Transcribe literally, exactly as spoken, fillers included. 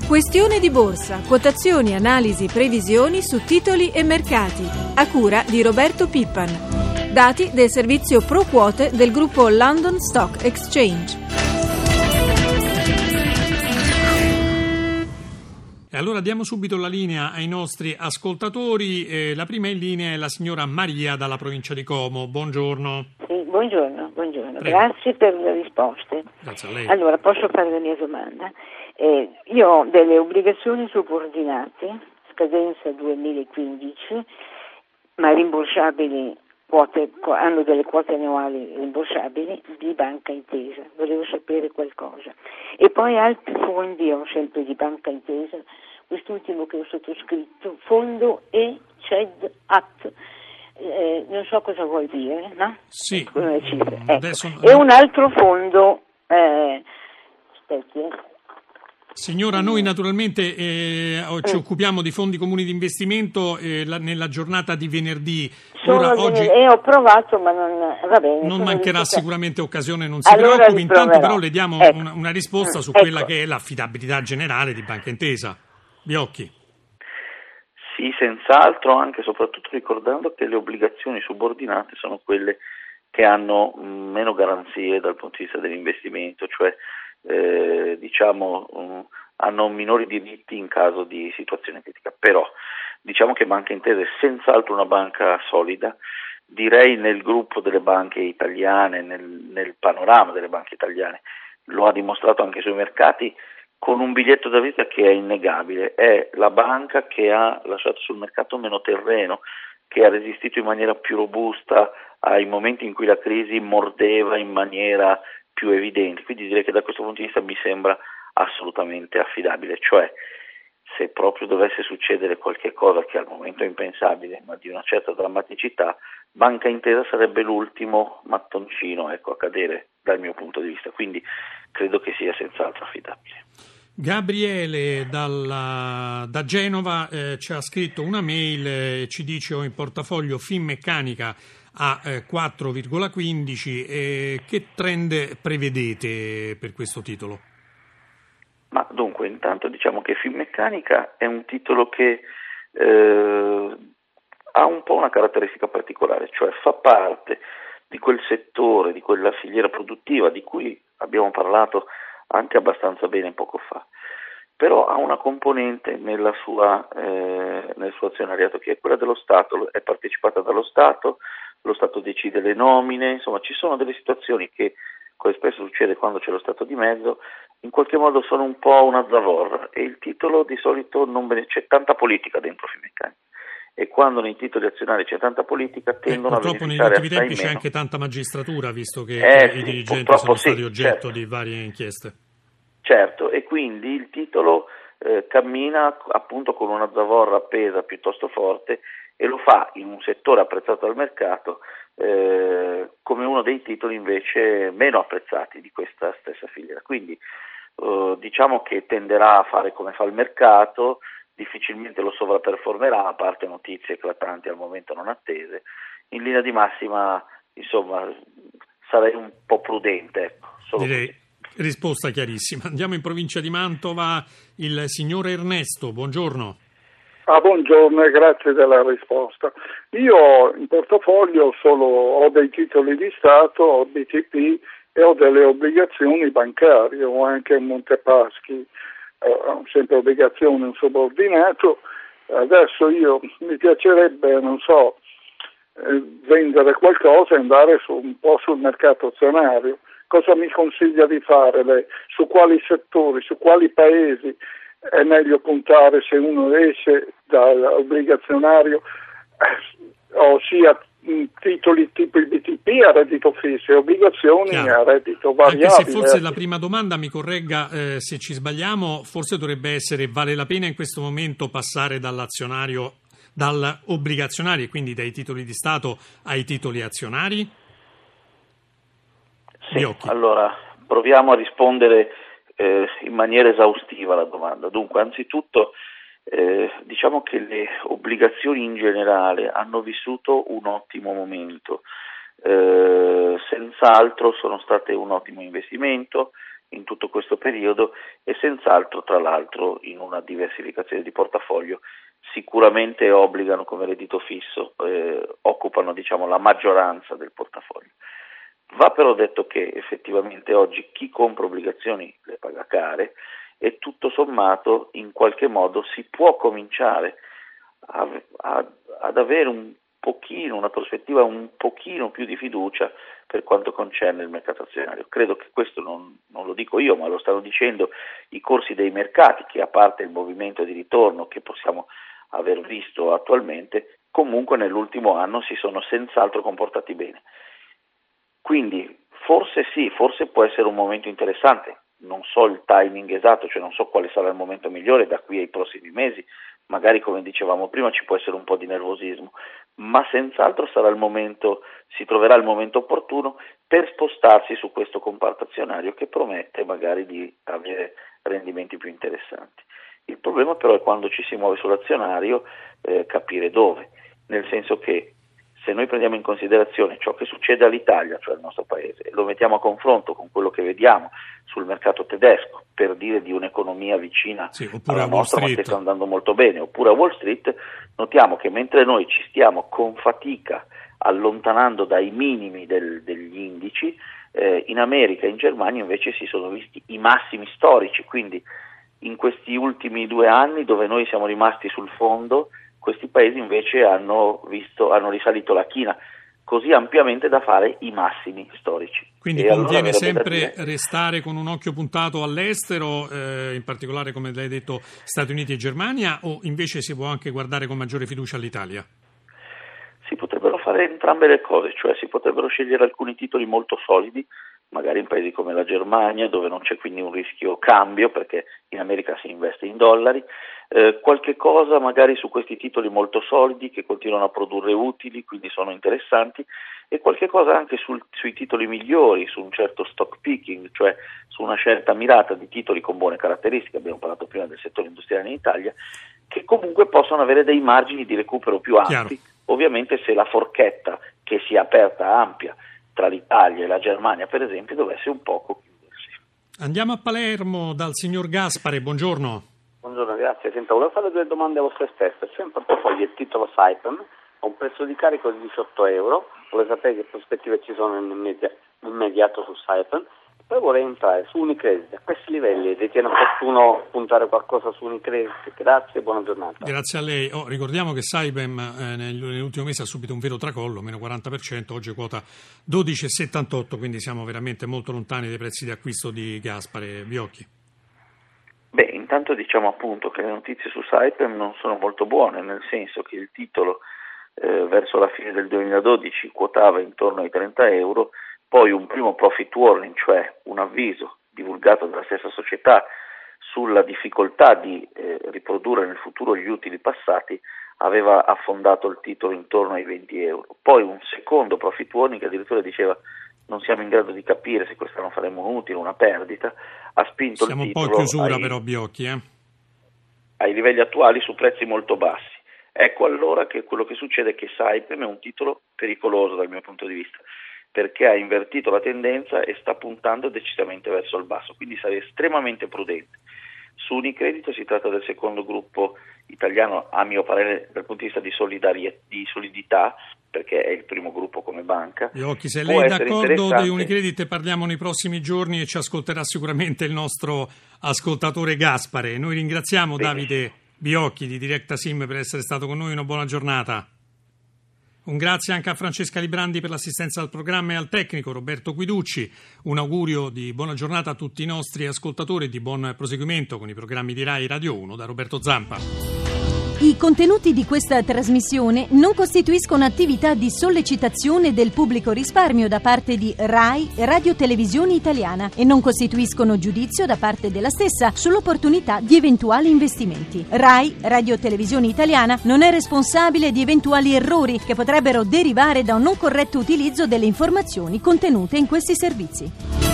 Questione di borsa, quotazioni, analisi, previsioni su titoli e mercati. A cura di Roberto Pippan. Dati del servizio Pro Quote del gruppo London Stock Exchange. E allora diamo subito la linea ai nostri ascoltatori. Eh, la prima in linea è la signora Maria dalla provincia di Como. Buongiorno. Sì, buongiorno, buongiorno. Grazie per le risposte. Grazie a lei. Allora, posso fare la mia domanda? Eh, io ho delle obbligazioni subordinate, scadenza duemilaquindici, ma rimborsabili, quote, hanno delle quote annuali rimborsabili di Banca Intesa. Volevo sapere qualcosa. E poi altri fondi ho sempre di Banca Intesa, quest'ultimo che ho sottoscritto, fondo E C E D A T. Eh, non so cosa vuol dire, no? Sì. Ecco. Adesso... E un altro fondo, eh, aspetti, eh. Signora, noi naturalmente eh, ci occupiamo di fondi comuni di investimento eh, la, nella giornata di venerdì. Ora, Sono oggi e ho provato, ma non va bene. non mancherà riuscita. sicuramente occasione, non si allora preoccupi. Intanto però le diamo ecco. una, una risposta su ecco. quella che è l'affidabilità generale di Banca Intesa. Biocchi. Sì, senz'altro, anche e soprattutto ricordando che le obbligazioni subordinate sono quelle che hanno mh, meno garanzie dal punto di vista dell'investimento, cioè eh, diciamo mh, hanno minori diritti in caso di situazione critica. Però diciamo che Banca Intesa è senz'altro una banca solida, direi nel gruppo delle banche italiane, nel, nel panorama delle banche italiane, lo ha dimostrato anche sui mercati, con un biglietto da visita che è innegabile. È la banca che ha lasciato sul mercato meno terreno, che ha resistito in maniera più robusta ai momenti in cui la crisi mordeva in maniera più evidente, quindi direi che da questo punto di vista mi sembra assolutamente affidabile. Cioè, se proprio dovesse succedere qualche cosa che al momento è impensabile, ma di una certa drammaticità, Banca Intesa sarebbe l'ultimo mattoncino, ecco, a cadere dal mio punto di vista, quindi credo che sia senz'altro affidabile. Gabriele dalla, da Genova eh, ci ha scritto una mail e eh, ci dice: ho in portafoglio Finmeccanica a eh, quattro virgola quindici. Eh, che trend prevedete per questo titolo? Ma dunque, intanto diciamo che Finmeccanica è un titolo che eh, ha un po' una caratteristica particolare, cioè fa parte di quel settore, di quella filiera produttiva di cui abbiamo parlato anche abbastanza bene poco fa, però ha una componente nella sua, eh, nel suo azionariato che è quella dello Stato, è partecipata dallo Stato, lo Stato decide le nomine, insomma ci sono delle situazioni che, come spesso succede quando c'è lo Stato di mezzo, in qualche modo sono un po' una zavorra, e il titolo di solito non bene, c'è tanta politica dentro Finmeccanica, e quando nei titoli azionari c'è tanta politica tendono eh, a beneficiare purtroppo negli ultimi tempi meno. C'è anche tanta magistratura, visto che eh, i sì, dirigenti sono stati sì, oggetto certo. di varie inchieste. Certo, e quindi il titolo eh, cammina appunto con una zavorra appesa piuttosto forte, e lo fa in un settore apprezzato dal mercato eh, come uno dei titoli invece meno apprezzati di questa stessa filiera. Quindi eh, diciamo che tenderà a fare come fa il mercato, difficilmente lo sovraperformerà, a parte notizie eclatanti al momento non attese. In linea di massima, insomma, sarei un po' prudente, ecco, solo Direi così. Risposta chiarissima. Andiamo in provincia di Mantova, il signor Ernesto, buongiorno. Ah, buongiorno e grazie della risposta. Io in portafoglio solo ho dei titoli di Stato, ho B T P e ho delle obbligazioni bancarie, ho anche un Montepaschi, eh, sempre obbligazioni, un subordinato. Adesso io mi piacerebbe, non so, eh, vendere qualcosa e andare su, un po' sul mercato azionario. Cosa mi consiglia di fare lei? Su quali settori, su quali paesi è meglio puntare se uno esce dall'obbligazionario, eh, ossia titoli tipo i B T P a reddito fisso e obbligazioni Chiaro. a reddito variabile? Anche se forse la prima domanda, mi corregga eh, se ci sbagliamo, forse dovrebbe essere: vale la pena in questo momento passare dall'azionario, dall'obbligazionario e quindi dai titoli di Stato ai titoli azionari? Sì, allora proviamo a rispondere eh, in maniera esaustiva alla domanda. Dunque, anzitutto eh, diciamo che le obbligazioni in generale hanno vissuto un ottimo momento, eh, senz'altro sono state un ottimo investimento, in tutto questo periodo e senz'altro, tra l'altro, in una diversificazione di portafoglio sicuramente obbligano come reddito fisso, eh, occupano diciamo la maggioranza del portafoglio. Va però detto che effettivamente oggi chi compra obbligazioni le paga care e tutto sommato in qualche modo si può cominciare a, a, ad avere un pochino, una prospettiva un pochino più di fiducia per quanto concerne il mercato azionario. Credo che questo non, non lo dico io, ma lo stanno dicendo i corsi dei mercati, che a parte il movimento di ritorno che possiamo aver visto attualmente, comunque nell'ultimo anno si sono senz'altro comportati bene. Quindi forse sì, forse può essere un momento interessante, non so il timing esatto, cioè non so quale sarà il momento migliore da qui ai prossimi mesi, magari come dicevamo prima ci può essere un po' di nervosismo, ma senz'altro sarà il momento, si troverà il momento opportuno per spostarsi su questo comparto azionario che promette magari di avere rendimenti più interessanti. Il problema però è quando ci si muove sull'azionario eh, capire dove, nel senso che se noi prendiamo in considerazione ciò che succede all'Italia, cioè al nostro paese, e lo mettiamo a confronto con quello che vediamo sul mercato tedesco, per dire di un'economia vicina sì, alla nostra, ma che sta andando molto bene, oppure a Wall Street, notiamo che mentre noi ci stiamo con fatica allontanando dai minimi del, degli indici, eh, in America e in Germania invece si sono visti i massimi storici, quindi in questi ultimi due anni dove noi siamo rimasti sul fondo, questi paesi invece hanno visto, hanno risalito la china così ampiamente da fare i massimi storici. Quindi e conviene allora sempre dire... restare con un occhio puntato all'estero, eh, in particolare come lei ha detto Stati Uniti e Germania, o invece si può anche guardare con maggiore fiducia all'Italia? Si potrebbero fare entrambe le cose, cioè si potrebbero scegliere alcuni titoli molto solidi, magari in paesi come la Germania, dove non c'è quindi un rischio cambio, perché in America si investe in dollari, eh, qualche cosa magari su questi titoli molto solidi che continuano a produrre utili, quindi sono interessanti, e qualche cosa anche sul, sui titoli migliori, su un certo stock picking, cioè su una scelta mirata di titoli con buone caratteristiche, abbiamo parlato prima del settore industriale in Italia, che comunque possono avere dei margini di recupero più ampi, Chiaro. Ovviamente se la forchetta che si è aperta ampia tra l'Italia e la Germania, per esempio, dovesse un poco chiudersi. Andiamo a Palermo dal signor Gaspare, buongiorno. Buongiorno, grazie. Senta, volevo fare due domande a vostre stesse. C'è in portafoglio il titolo Saipem, a un prezzo di carico di diciotto euro, volevo sapere che prospettive ci sono nell'immediato su Saipem. Poi vorrei entrare su Unicredit. A questi livelli ritiene opportuno puntare qualcosa su Unicredit? Grazie e buona giornata. Grazie a lei. Oh, ricordiamo che Saipem eh, nell'ultimo mese ha subito un vero tracollo, meno quaranta per cento, oggi quota dodici virgola settantotto, quindi siamo veramente molto lontani dai prezzi di acquisto di Gaspare. Biocchi. Beh, intanto diciamo appunto che le notizie su Saipem non sono molto buone, nel senso che il titolo eh, verso la fine del duemiladodici quotava intorno ai trenta euro, poi un primo profit warning, cioè un avviso divulgato dalla stessa società sulla difficoltà di eh, riprodurre nel futuro gli utili passati, aveva affondato il titolo intorno ai venti euro. Poi un secondo profit warning che addirittura diceva non siamo in grado di capire se quest'anno faremo un utile o una perdita, ha spinto siamo il titolo un po' in chiusura ai, però Biocchi, eh? ai livelli attuali su prezzi molto bassi. Ecco allora che quello che succede è che Saipem è un titolo pericoloso dal mio punto di vista, perché ha invertito la tendenza e sta puntando decisamente verso il basso, quindi sarei estremamente prudente. Su Unicredit si tratta del secondo gruppo italiano, a mio parere, dal punto di vista di, solidarietà, di solidità, perché è il primo gruppo come banca. Biocchi, se lei è d'accordo di Unicredit parliamo nei prossimi giorni e ci ascolterà sicuramente il nostro ascoltatore Gaspare. Noi ringraziamo Bene. Davide Biocchi di Directa Sim per essere stato con noi, una buona giornata. Un grazie anche a Francesca Librandi per l'assistenza al programma e al tecnico Roberto Guiducci. Un augurio di buona giornata a tutti i nostri ascoltatori e di buon proseguimento con i programmi di Rai Radio uno da Roberto Zampa. I contenuti di questa trasmissione non costituiscono attività di sollecitazione del pubblico risparmio da parte di Rai Radio Televisione Italiana e non costituiscono giudizio da parte della stessa sull'opportunità di eventuali investimenti. Rai Radio Televisione Italiana non è responsabile di eventuali errori che potrebbero derivare da un non corretto utilizzo delle informazioni contenute in questi servizi.